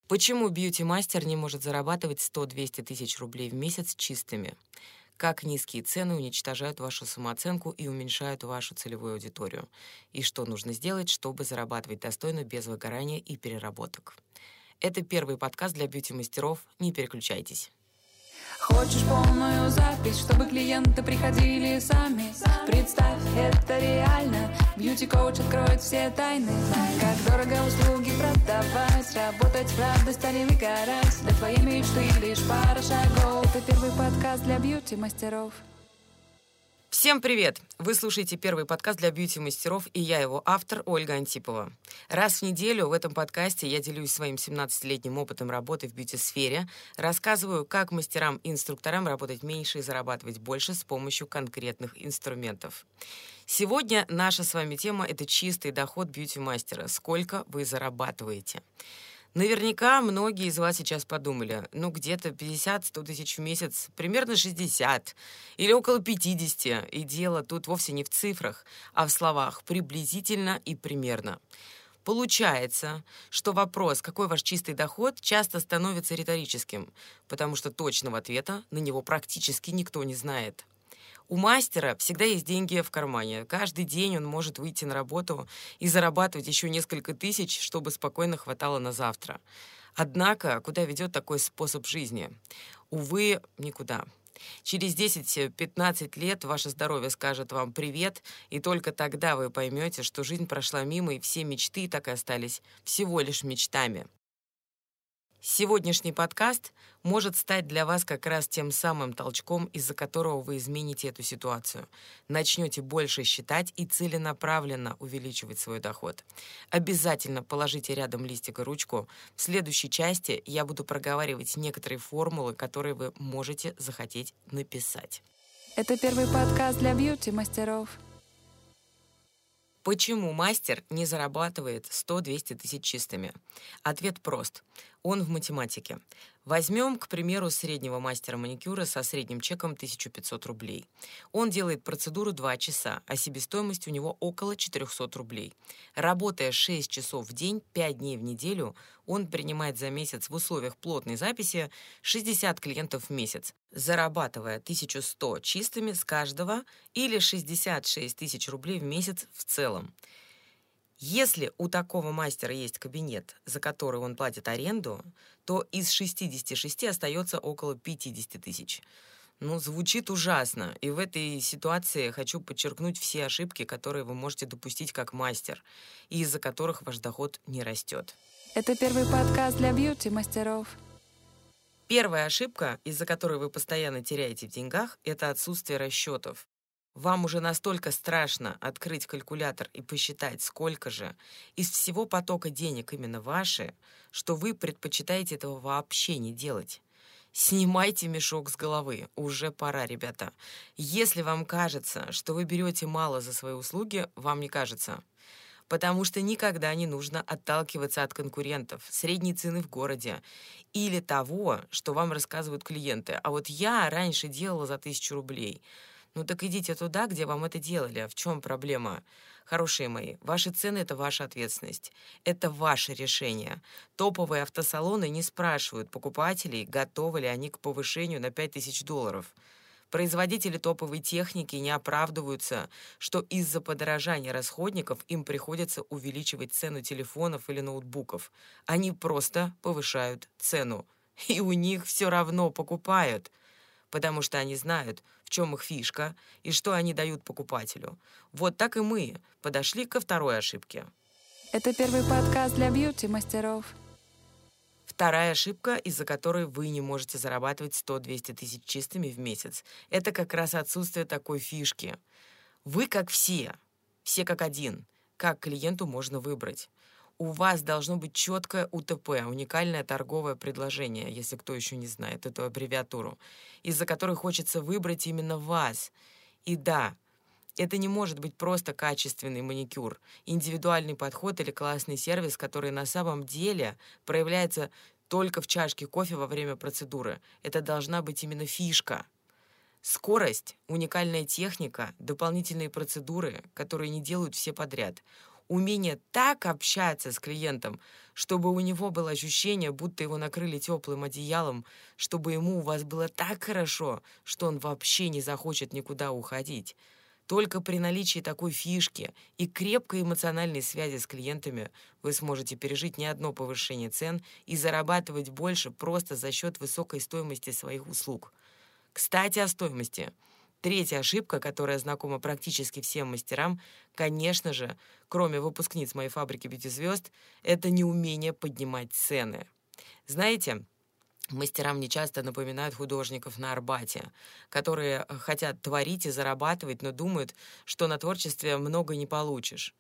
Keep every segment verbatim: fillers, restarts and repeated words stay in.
Почему бьюти-мастер не может зарабатывать сто-двести тысяч рублей в месяц чистыми? Как низкие цены уничтожают вашу самооценку и уменьшают вашу целевую аудиторию? И что нужно сделать, чтобы зарабатывать достойно без выгорания и переработок? Это первый подкаст для бьюти-мастеров. Не переключайтесь. Хочешь полную запись, чтобы клиенты приходили сами? Представь, это реально. Бьюти-коуч откроет все тайны. Как дорого услуги продавать, работать в радость, а не выгорать. Для твоей мечты лишь пара шагов. Это первый подкаст для бьюти-мастеров. Всем привет! Вы слушаете первый подкаст для бьюти-мастеров, и я его автор Ольга Антипова. Раз в неделю в этом подкасте я делюсь своим семнадцатилетним опытом работы в бьюти-сфере, рассказываю, как мастерам и инструкторам работать меньше и зарабатывать больше с помощью конкретных инструментов. Сегодня наша с вами тема – это чистый доход бьюти-мастера. Сколько вы зарабатываете? Наверняка многие из вас сейчас подумали, ну где-то пятьдесят-сто тысяч в месяц, примерно шестьдесят или около пятьдесят. И дело тут вовсе не в цифрах, а в словах приблизительно и примерно. Получается, что вопрос, какой ваш чистый доход, часто становится риторическим, потому что точного ответа на него практически никто не знает. У мастера всегда есть деньги в кармане. Каждый день он может выйти на работу и зарабатывать еще несколько тысяч, чтобы спокойно хватало на завтра. Однако, куда ведет такой способ жизни? Увы, никуда. Через десять-пятнадцать лет ваше здоровье скажет вам «привет», и только тогда вы поймете, что жизнь прошла мимо, и все мечты так и остались всего лишь мечтами. Сегодняшний подкаст может стать для вас как раз тем самым толчком, из-за которого вы измените эту ситуацию. Начнете больше считать и целенаправленно увеличивать свой доход. Обязательно положите рядом листик и ручку. В следующей части я буду проговаривать некоторые формулы, которые вы можете захотеть написать. Это первый подкаст для бьюти-мастеров. Почему мастер не зарабатывает сто-двести тысяч чистыми? Ответ прост. Он в математике. Возьмем, к примеру, среднего мастера маникюра со средним чеком тысяча пятьсот рублей. Он делает процедуру два часа, а себестоимость у него около четыреста рублей. Работая шесть часов в день, пять дней в неделю, он принимает за месяц в условиях плотной записи шестьдесят клиентов в месяц, зарабатывая тысячу сто чистыми с каждого или шестьдесят шесть тысяч рублей в месяц в целом. Если у такого мастера есть кабинет, за который он платит аренду, то из шестидесяти шести остается около пятидесяти тысяч. Ну, звучит ужасно, и в этой ситуации хочу подчеркнуть все ошибки, которые вы можете допустить как мастер, и из-за которых ваш доход не растет. Это первый подкаст для бьюти-мастеров. Первая ошибка, из-за которой вы постоянно теряете в деньгах, это отсутствие расчетов. Вам уже настолько страшно открыть калькулятор и посчитать, сколько же из всего потока денег именно ваши, что вы предпочитаете этого вообще не делать. Снимайте мешок с головы. Уже пора, ребята. Если вам кажется, что вы берете мало за свои услуги, вам не кажется. Потому что никогда не нужно отталкиваться от конкурентов, средней цены в городе или того, что вам рассказывают клиенты. А вот я раньше делала за тысячу рублей. Ну так идите туда, где вам это делали. В чем проблема? Хорошие мои, ваши цены – это ваша ответственность. Это ваше решение. Топовые автосалоны не спрашивают покупателей, готовы ли они к повышению на пять тысяч долларов. Производители топовой техники не оправдываются, что из-за подорожания расходников им приходится увеличивать цену телефонов или ноутбуков. Они просто повышают цену. И у них все равно покупают. Потому что они знают, в чем их фишка и что они дают покупателю. Вот так и мы подошли ко второй ошибке. Это первый подкаст для бьюти-мастеров. Вторая ошибка, из-за которой вы не можете зарабатывать сто-двести тысяч чистыми в месяц, это как раз отсутствие такой фишки. Вы как все, все как один, как клиенту можно выбрать. У вас должно быть четкое У Т П, уникальное торговое предложение, если кто еще не знает эту аббревиатуру, из-за которой хочется выбрать именно вас. И да, это не может быть просто качественный маникюр, индивидуальный подход или классный сервис, который на самом деле проявляется только в чашке кофе во время процедуры. Это должна быть именно фишка. Скорость, уникальная техника, дополнительные процедуры, которые не делают все подряд. Умение так общаться с клиентом, чтобы у него было ощущение, будто его накрыли теплым одеялом, чтобы ему у вас было так хорошо, что он вообще не захочет никуда уходить. Только при наличии такой фишки и крепкой эмоциональной связи с клиентами вы сможете пережить не одно повышение цен и зарабатывать больше просто за счет высокой стоимости своих услуг. Кстати, о стоимости. Третья ошибка, которая знакома практически всем мастерам, конечно же, кроме выпускниц моей фабрики бьюти-звезд, это неумение поднимать цены. Знаете, мастерам мне часто напоминают художников на Арбате, которые хотят творить и зарабатывать, но думают, что на творчестве много не получишь.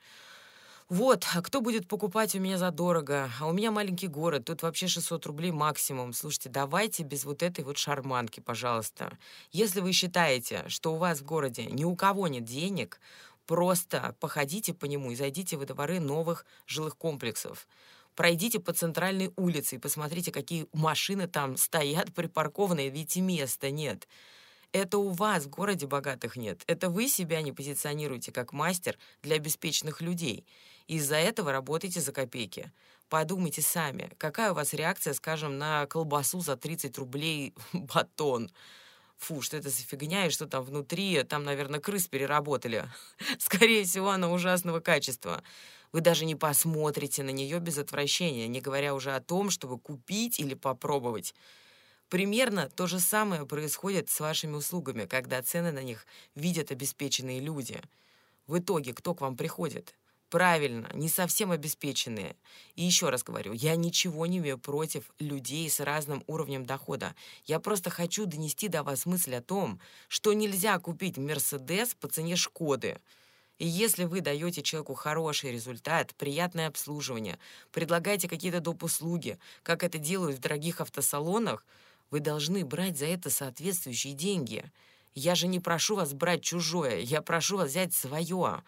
Вот, а кто будет покупать у меня задорого? А у меня маленький город, тут вообще шестьсот рублей максимум. Слушайте, давайте без вот этой вот шарманки, пожалуйста. Если вы считаете, что у вас в городе ни у кого нет денег, просто походите по нему и зайдите во дворы новых жилых комплексов. Пройдите по центральной улице и посмотрите, какие машины там стоят припаркованные, ведь и места нет. Это у вас в городе богатых нет. Это вы себя не позиционируете как мастер для обеспеченных людей. Из-за этого работаете за копейки. Подумайте сами, какая у вас реакция, скажем, на колбасу за тридцать рублей батон. Фу, что это за фигня и что там внутри? Там, наверное, крыс переработали. Скорее всего, она ужасного качества. Вы даже не посмотрите на нее без отвращения, не говоря уже о том, чтобы купить или попробовать. Примерно то же самое происходит с вашими услугами, когда цены на них видят обеспеченные люди. В итоге кто к вам приходит? Правильно, не совсем обеспеченные. И еще раз говорю, я ничего не имею против людей с разным уровнем дохода. Я просто хочу донести до вас мысль о том, что нельзя купить Мерседес по цене Шкоды. И если вы даете человеку хороший результат, приятное обслуживание, предлагаете какие-то доп. Услуги, как это делают в дорогих автосалонах, вы должны брать за это соответствующие деньги. Я же не прошу вас брать чужое, я прошу вас взять свое.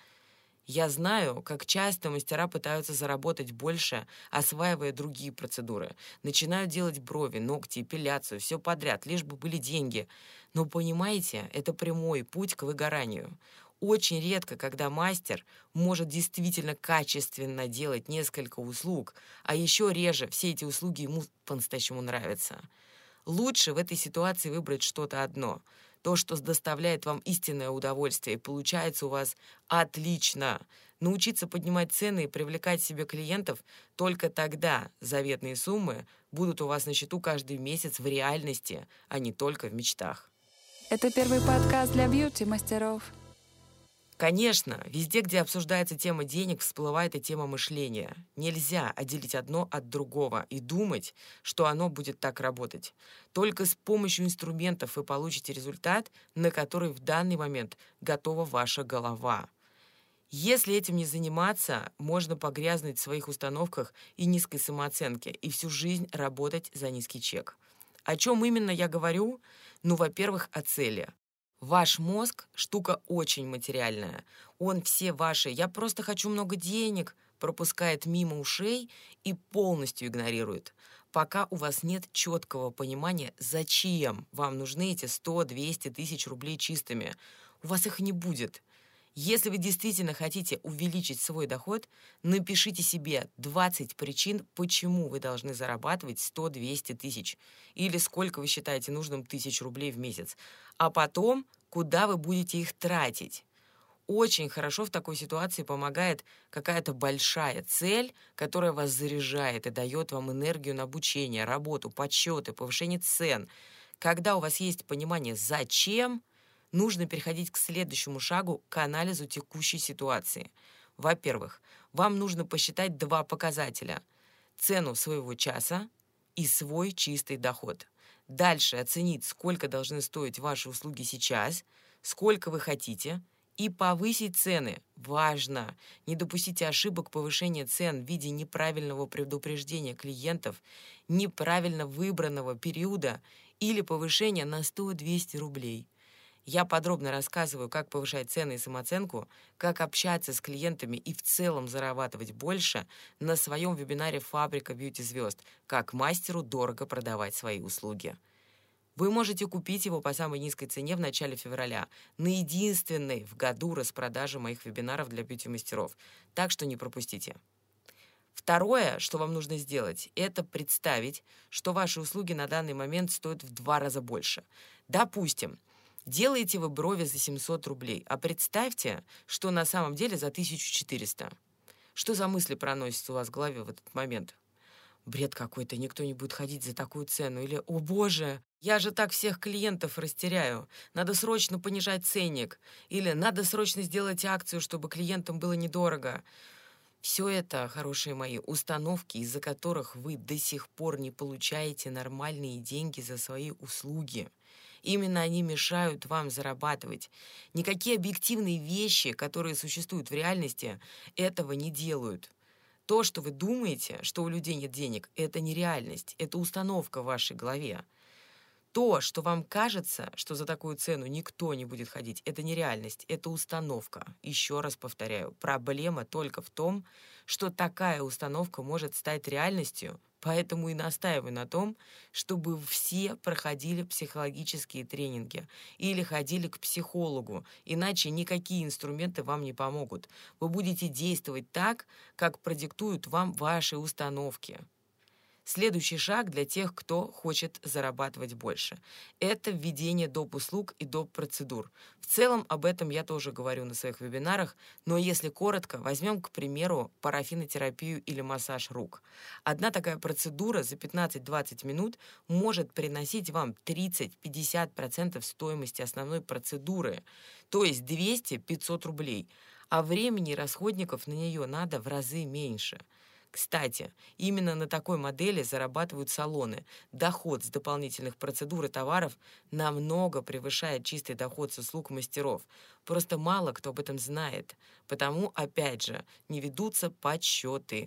Я знаю, как часто мастера пытаются заработать больше, осваивая другие процедуры. Начинают делать брови, ногти, эпиляцию, все подряд, лишь бы были деньги. Но понимаете, это прямой путь к выгоранию. Очень редко, когда мастер может действительно качественно делать несколько услуг, а еще реже все эти услуги ему по-настоящему нравятся. Лучше в этой ситуации выбрать что-то одно. То, что доставляет вам истинное удовольствие, и получается у вас отлично. Научиться поднимать цены и привлекать себе клиентов, только тогда заветные суммы будут у вас на счету каждый месяц в реальности, а не только в мечтах. Это первый подкаст для бьюти-мастеров. Конечно, везде, где обсуждается тема денег, всплывает и тема мышления. Нельзя отделить одно от другого и думать, что оно будет так работать. Только с помощью инструментов вы получите результат, на который в данный момент готова ваша голова. Если этим не заниматься, можно погрязнуть в своих установках и низкой самооценке и всю жизнь работать за низкий чек. О чем именно я говорю? Ну, во-первых, о цели. Ваш мозг – штука очень материальная. Он все ваши «я просто хочу много денег» пропускает мимо ушей и полностью игнорирует, пока у вас нет четкого понимания, зачем вам нужны эти сто-двести тысяч рублей чистыми. У вас их не будет. Если вы действительно хотите увеличить свой доход, напишите себе двадцать причин, почему вы должны зарабатывать сто-двести тысяч, или сколько вы считаете нужным тысяч рублей в месяц, а потом, куда вы будете их тратить. Очень хорошо в такой ситуации помогает какая-то большая цель, которая вас заряжает и дает вам энергию на обучение, работу, подсчеты, повышение цен. Когда у вас есть понимание «зачем», нужно переходить к следующему шагу, к анализу текущей ситуации. Во-первых, вам нужно посчитать два показателя – цену своего часа и свой чистый доход. Дальше оценить, сколько должны стоить ваши услуги сейчас, сколько вы хотите, и повысить цены. Важно! Не допустите ошибок повышения цен в виде неправильного предупреждения клиентов, неправильно выбранного периода или повышения на сто-двести рублей. Я подробно рассказываю, как повышать цены и самооценку, как общаться с клиентами и в целом зарабатывать больше на своем вебинаре «Фабрика бьюти-звезд. Как мастеру дорого продавать свои услуги». Вы можете купить его по самой низкой цене в начале февраля на единственной в году распродаже моих вебинаров для бьюти-мастеров. Так что не пропустите. Второе, что вам нужно сделать, это представить, что ваши услуги на данный момент стоят в два раза больше. Допустим, делаете вы брови за семьсот рублей, а представьте, что на самом деле за тысячу четыреста. Что за мысли проносятся у вас в голове в этот момент? Бред какой-то, никто не будет ходить за такую цену. Или, о боже, я же так всех клиентов растеряю. Надо срочно понижать ценник. Или надо срочно сделать акцию, чтобы клиентам было недорого. Все это, хорошие мои, установки, из-за которых вы до сих пор не получаете нормальные деньги за свои услуги. Именно они мешают вам зарабатывать. Никакие объективные вещи, которые существуют в реальности, этого не делают. То, что вы думаете, что у людей нет денег, это не реальность, это установка в вашей голове. То, что вам кажется, что за такую цену никто не будет ходить, это не реальность, это установка. Еще раз повторяю, проблема только в том, что такая установка может стать реальностью, поэтому и настаиваю на том, чтобы все проходили психологические тренинги или ходили к психологу, иначе никакие инструменты вам не помогут. Вы будете действовать так, как продиктуют вам ваши установки. Следующий шаг для тех, кто хочет зарабатывать больше. Это введение доп. Услуг и доп. Процедур. В целом об этом я тоже говорю на своих вебинарах, но если коротко, возьмем, к примеру, парафинотерапию или массаж рук. Одна такая процедура за пятнадцать-двадцать минут может приносить вам тридцать-пятьдесят процентов стоимости основной процедуры, то есть двести-пятьсот рублей, а времени и расходников на нее надо в разы меньше. Кстати, именно на такой модели зарабатывают салоны. Доход с дополнительных процедур и товаров намного превышает чистый доход с услуг мастеров. Просто мало кто об этом знает. Потому, опять же, не ведутся подсчеты.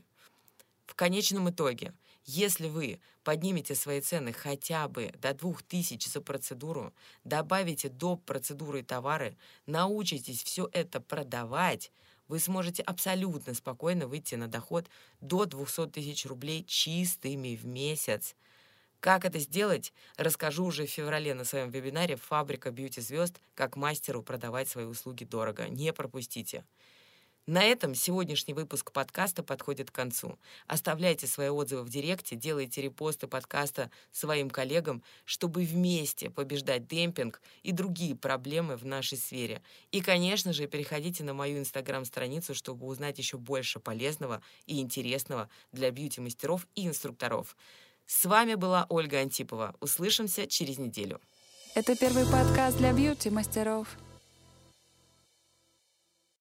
В конечном итоге, если вы поднимете свои цены хотя бы до двух тысяч за процедуру, добавите доп. Процедуры и товары, научитесь все это продавать, вы сможете абсолютно спокойно выйти на доход до двухсот тысяч рублей чистыми в месяц. Как это сделать, расскажу уже в феврале на своем вебинаре «Фабрика бьюти-звезд. Как мастеру продавать свои услуги дорого». Не пропустите. На этом сегодняшний выпуск подкаста подходит к концу. Оставляйте свои отзывы в директе, делайте репосты подкаста своим коллегам, чтобы вместе побеждать демпинг и другие проблемы в нашей сфере. И, конечно же, переходите на мою инстаграм-страницу, чтобы узнать еще больше полезного и интересного для бьюти-мастеров и инструкторов. С вами была Ольга Антипова. Услышимся через неделю. Это первый подкаст для бьюти-мастеров.